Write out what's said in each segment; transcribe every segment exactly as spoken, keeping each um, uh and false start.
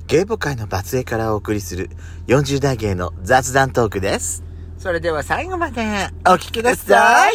芸母界のバツエからお送りするよんじゅう代芸の雑談トークです。 それでは最後までお聞きください。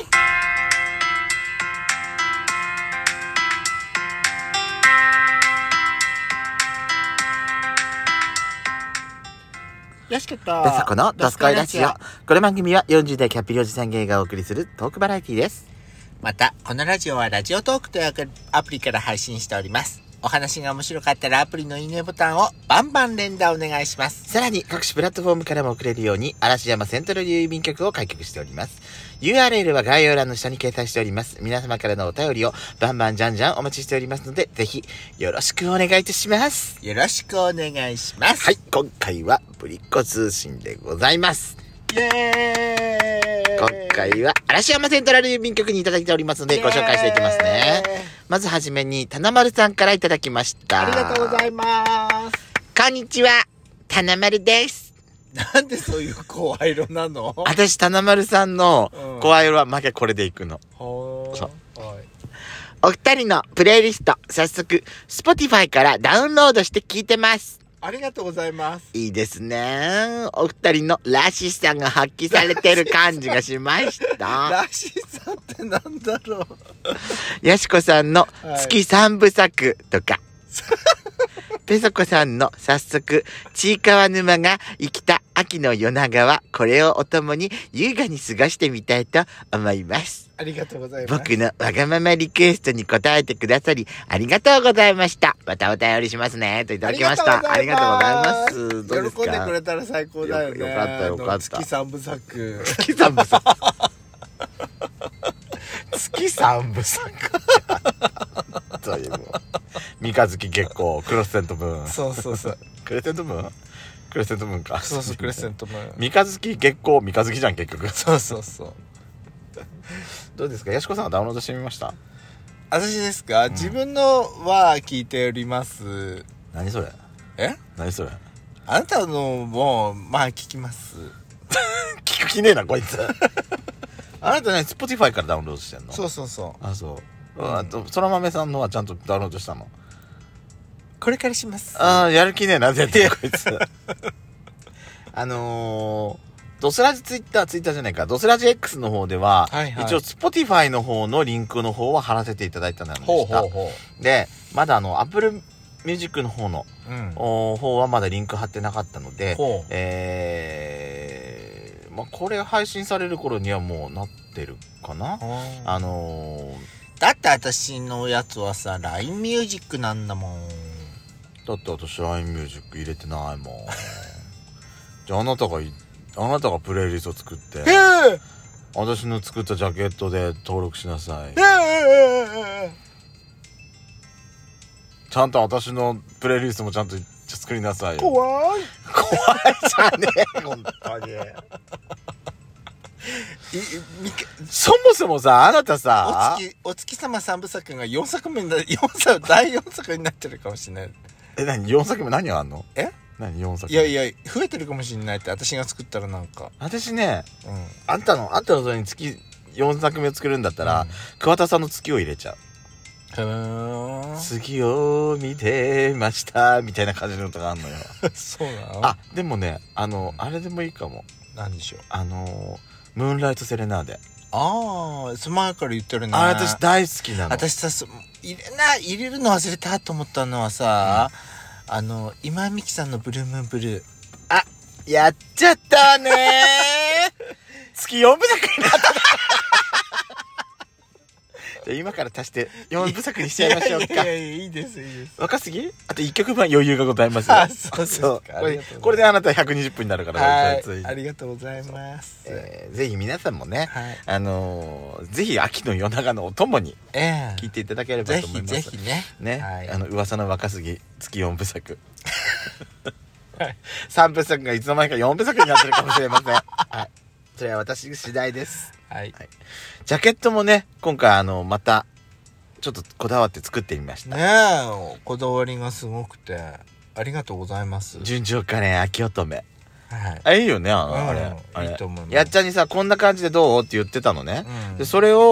よしことペソコのドスコイラジオ。この番組はよんじゅう代キャッピリおじさん芸がお送りするトークバラエティです。 またこのラジオはラジオトークというアプリから配信しております。お話が面白かったらアプリのいいねボタンをバンバン連打お願いします。 さらに各種プラットフォームからも送れるように嵐山セントラル郵便局を開局しております。 ユーアールエル は概要欄の下に掲載しております。皆様からのお便りをバンバンじゃんじゃんお待ちしておりますので、ぜひよろしくお願いいたします。 よろしくお願いします。 はい、今回はぶりっ子通信でございます。 イエーイ。 今回は嵐山セントラル郵便局にいただいておりますのでご紹介していきますね。まずはじめに棚丸さんからいただきました。 ありがとうございます。 こんにちは、棚丸です。 なんでそういう声色なの？ 私棚丸さんの声色は毎回これでいくの、 うん、 そう、 はい。 お二人のプレイリスト早速 Spotify からダウンロードして聞いてます。 ありがとうございます。 いいですね。お二人のらしさが発揮されてる感じがしましたらしさってなんだろう。 やしこさんの月三部作とか、はい、ペソコさんの早速ちいかわ沼が生きた秋の夜長はこれをお供に優雅に過ごしてみたいと思います。 ありがとうございます。 僕のわがままリクエストに応えてくださりありがとうございました。またお便りしますねといただきました。ありがとうございます。どうですか？ 喜んでくれたら最高だよね。 よ, よかったよかった。 月三部作。 月三部作。月三部作。という三日月月光クロスセントムーン。 そうそうそう。 クレセントムーン？クレセントムーンか。 そうそう、クレセントムーン。 三日月月光三日月じゃん結局。 そうそうそう。 どうですか？やしこさんはダウンロードしてみました？ 私ですか、うん、自分のは聞いております。 何それ？ え？ 何それ？ あなたのもまあ聞きます。 聞く気ねえなこいつ。あなたね Spotify からダウンロードしてんの？ そうそうそう。 あ、そう。うん、あとそら豆さんのはちゃんとダウンロードしたの？ これからします。 ああ、やる気ねえな絶対こいつ。あのー。ドスラジツイッター、ツイッターじゃないか、ドスラジ X の方では、はいはい、一応 Spotify の方のリンクの方は貼らせていただいたのでした。ほうほうほう。で、まだあの、Apple Music の方の、うん、方はまだリンク貼ってなかったので、えー、まあ、これ配信される頃にはもうなってるかな。あのー、 だって私のやつはさ、ライン Music なんだもん。 だって私 ライン Music 入れてないもん。じゃああなたがあなたがプレイリスト作って、えー、私の作ったジャケットで登録しなさい。えー、ちゃんと私のプレイリストもちゃんと作りなさいよ。 怖い怖いじゃねえ本当に。そもそもさ、あなたさ、 お月お月様三部作がよんさくめになる、よんさくだいよんさくになってるかもしれない。 え、何よんさくめ何があんの？ え？ 何よんさくいやいや増えてるかもしれないって。私が作ったらなんか私ね、うん、あんたのあんたのそれに月よんさくめを作るんだったら、うん、桑田さんの月を入れちゃう。へー、月を見てましたみたいな感じの歌があるのよ。 そうなの？ あ、でもね、あの、うん、あれでもいいかも。 何でしょう？ あのムーンライトセレナーデ。 ああ、その前から言ってるね。 あれ私大好きなの。 私さ、入れな入れるの忘れたと思ったのはさ、うん、あの今井美樹さんのブルームーンブルー。 あ、やっちゃったねー。月よんぶ作になった。じゃあ今から足してよんぶ作にしちゃいましょうか。いやいやいや、いいですいいです。 若すぎ？あといっきょくぶん余裕がございますよ。 あ、そうですか。 これ、これであなたひゃくにじゅっぷんになるから。 はい、ありがとうございます。 えー、ぜひ皆さんもね、はい、あのー、ぜひ秋の夜長のお供に聞いていただければと思います。 ぜひぜひね。 ね、はい、あの噂の若すぎ月よんぶ作。はい、さんぶ作がいつの間にかよんぶ作になってるかもしれません。はい、それは私次第です。はい。はい、ジャケットもね、今回あのまたちょっとこだわって作ってみました。 ねえ、こだわりがすごくてありがとうございます。 純情可憐秋乙女。 はい。 あ、いいよね、あの、うん、あれ。あれいいと思います。 やっちゃんにさ、こんな感じでどうって言ってたのね。うん、で、それを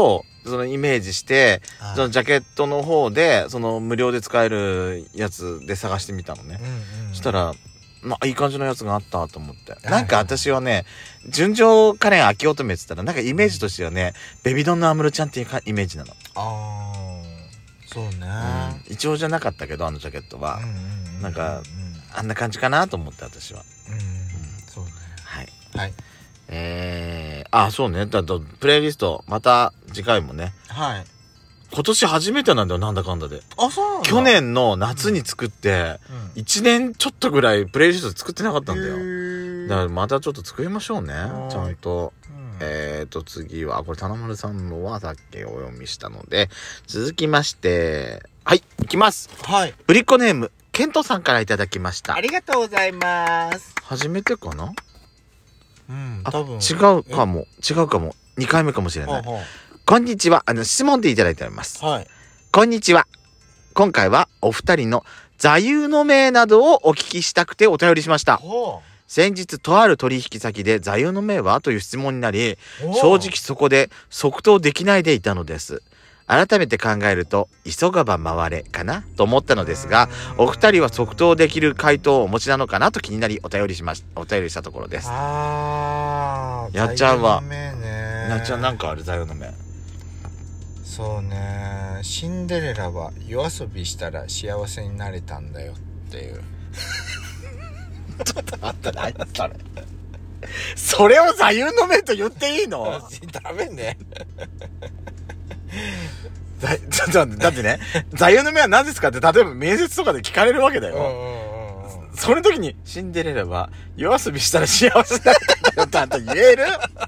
そのイメージして、はい、そのジャケットの方でその無料で使えるやつで探してみたのね、うんうんうん、そしたらまあいい感じのやつがあったと思って、はい、なんか私はね純情カレン秋乙女って言ったらなんかイメージとしてはね、うん、ベビドンの安室ちゃんっていうかイメージなの。 あーそうね、 うん、イチョウじゃなかったけどあのジャケットは、うんうんうんうん、なんかあんな感じかなと思って私は、うんうん、 そうねはいはいえー、あそうねだとプレイリストまた次回もね、 はい今年初めてなんだよなんだかんだで。 あそうなんだ。 去年の夏に作っていちねんちょっとぐらいプレイリスト作ってなかったんだよ、うん、だからまたちょっと作りましょうねちゃんと、うん、えーと次はこれ棚丸さんのはさっきお読みしたので続きましてはいいきます。 はいぶりっ子ネームケントさんからいただきました。 ありがとうございます。 初めてかな、 うん、多分違うかも違うかもにかいめかもしれない。 ほうほうこんにちは。あの質問でいただいております、 はい、 こんにちは。今回はお二人の座右の銘などをお聞きしたくてお便りしました。先日とある取引先で座右の銘はという質問になり正直そこで即答できないでいたのです。改めて考えると急がば回れかなと思ったのですがお二人は即答できる回答をお持ちなのかなと気になりお便りしましお便りしたところです。 あやっちゃんはねやっちゃんなんかある座右の銘。 そうねシンデレラは夜遊びしたら幸せになれたんだよっていうちょっと待って何それそれを座右の銘と言っていいのダメねだ, ちょっとだってね座右の銘は何ですかって例えば面接とかで聞かれるわけだよ、うんうんうん、その時にシンデレラは夜遊びしたら幸せになれたんだよって言える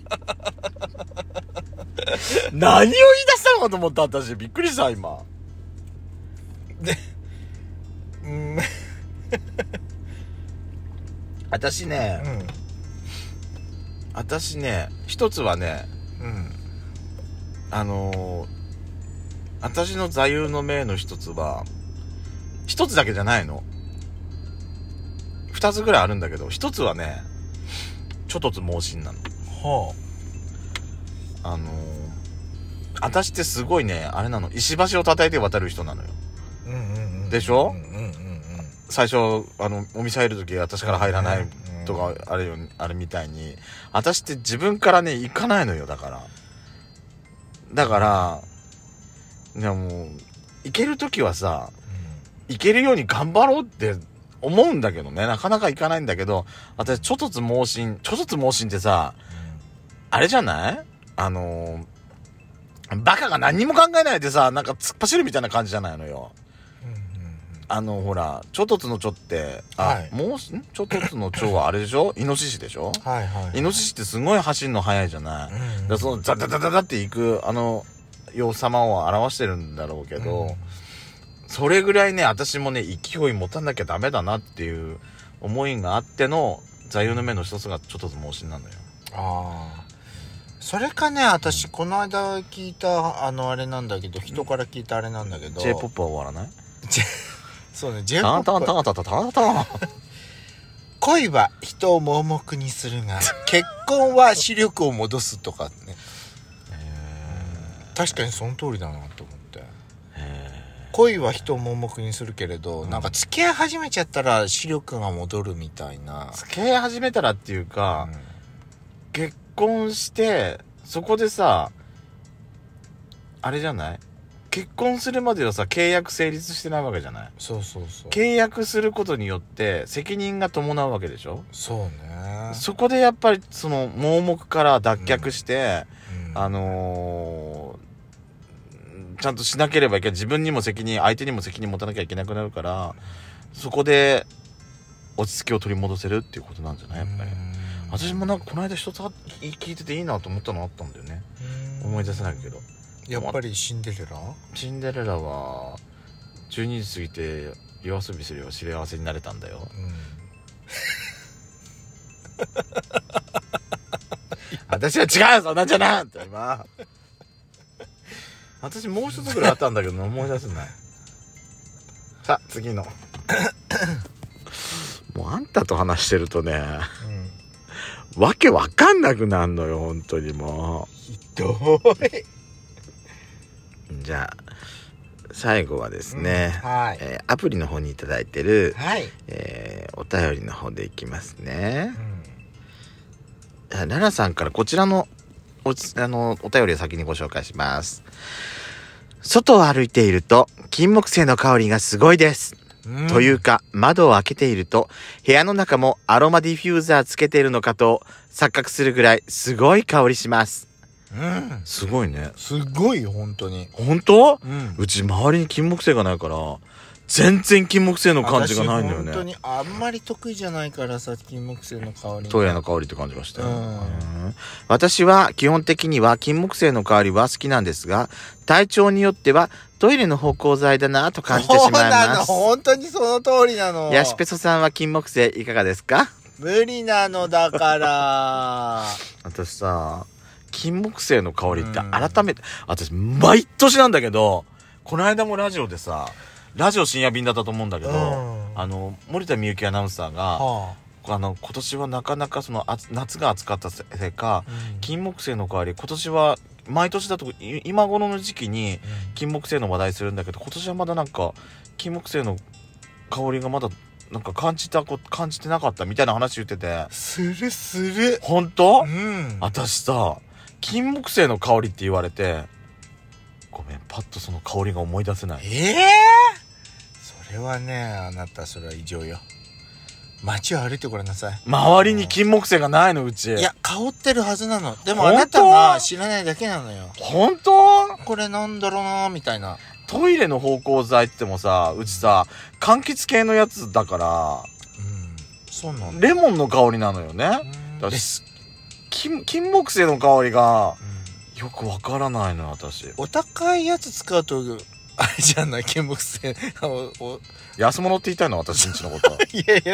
何を言い出したのかと思った私びっくりした今でうん私ね、うん、私ね一つはね、うん、あのー、私の座右の銘の一つは一つだけじゃないの二つぐらいあるんだけど一つはねちょとつ盲信なの。はああのー私ってすごいねあれなの石橋を叩いて渡る人なのよ、うんうんうん、でしょ、うんうんうん、最初あのお店入る時私から入らないとかあれよあれみたいに私って自分からね行かないのよ。だからだからでも行ける時はさ、うん、行けるように頑張ろうって思うんだけどねなかなか行かないんだけど私ちょとつ盲信ちょとつ盲信ってさ、うん、あれじゃないあのーバカが何にも考えないでさなんか突っ走るみたいな感じじゃないのよ、うんうんうん、あのほらちょとつのちょってあ、はい、もうちょとつのちょはあれでしょイノシシでしょはいはい、はい、イノシシってすごい走るの速いじゃない、うんうん、だからそのザダダダダっていくあの様様を表してるんだろうけど、うん、それぐらいね私もね勢い持たなきゃダメだなっていう思いがあっての座右の銘の一つがちょとつ盲信なのよ。ああそれかね私この間聞いたあのあれなんだけど人から聞いたあれなんだけど J-ポップ は終わらないそうね J-ポップタンタンタンタンタンタン恋は人を盲目にするが結婚は視力を戻すとかね確かにその通りだなと思って恋は人を盲目にするけれど、うん、なんか付き合い始めちゃったら視力が戻るみたいな付き合い始めたらっていうか、うん、結婚してそこでさあれじゃない結婚するまではさ契約成立してないわけじゃない。 そうそうそう契約することによって責任が伴うわけでしょ。 そうねそこでやっぱりその盲目から脱却して、うんうん、あのー、ちゃんとしなければいけない自分にも責任相手にも責任持たなきゃいけなくなるからそこで落ち着きを取り戻せるっていうことなんじゃないやっぱり。私もなんかこの間一つ聞いてていいなと思ったのあったんだよね。思い出せないけどやっぱりシンデレラシンデレラはじゅうにじ過ぎて夜遊びすれば幸せになれたんだよ、うん、私は違うそんなんじゃないって今私もう一つぐらいあったんだけど思い出せないさあ次のもうあんたと話してるとね、うん、わけわかんなくなるのよ本当にもうひどいじゃあ最後はですね、 うん、はい、 えー、アプリの方にいただいてる、 はい、 えー、お便りの方でいきますね。 うん、 奈々さんからこちらのおあのお便りを先にご紹介します。外を歩いていると金木犀の香りがすごいです、うん、というか窓を開けていると部屋の中もアロマディフューザーつけているのかと錯覚するぐらいすごい香りします。 うん、 すごいね。 すごいよ本当に。 本当？ うん、 うち周りに金木犀がないから全然金木犀の感じがないんだよね。 本当にあんまり得意じゃないからさ、金木犀の香り。 トウヤの香りって感じましたよ、 うんうん、私は基本的には金木犀の香りは好きなんですが、体調によってはトイレの芳香剤だなと感じてしまいます。そうなの、 本当にその通りなの。 ヤシペソさんは金木犀いかがですか？ 無理なのだから私さ、金木犀の香りって改めて、うん、私毎年なんだけど、この間もラジオでさ、ラジオ深夜便だったと思うんだけど、うん、あの森田美幸アナウンサーが、はあ、あの今年はなかなかその夏が暑かったせいか、うん、金木犀の香り、今年は毎年だと今頃の時期に金木犀の話題するんだけど、今年はまだなんか金木犀の香りがまだなんか感じたこ感じてなかったみたいな話言ってて。 するする。 本当？ うん。 私さ、金木犀の香りって言われて、ごめん、パッとその香りが思い出せない。 ええー、それはね、あなたそれは異常よ。街を歩いてごらんなさい。 周りに金木犀がないの、うち。 いや、香ってるはずなの。でもあなたが知らないだけなのよ。 本当？ これなんだろうなみたいな。 トイレの芳香剤ってもさ、うちさ、柑橘系のやつだから、 うん、そうなんだ。 レモンの香りなのよね。だ金、金木犀の香りが、うん、よくわからないの、私。 お高いやつ使うと、あれじゃない、金木犀。 安物って言いたいの、私んちのこと。 いやいや、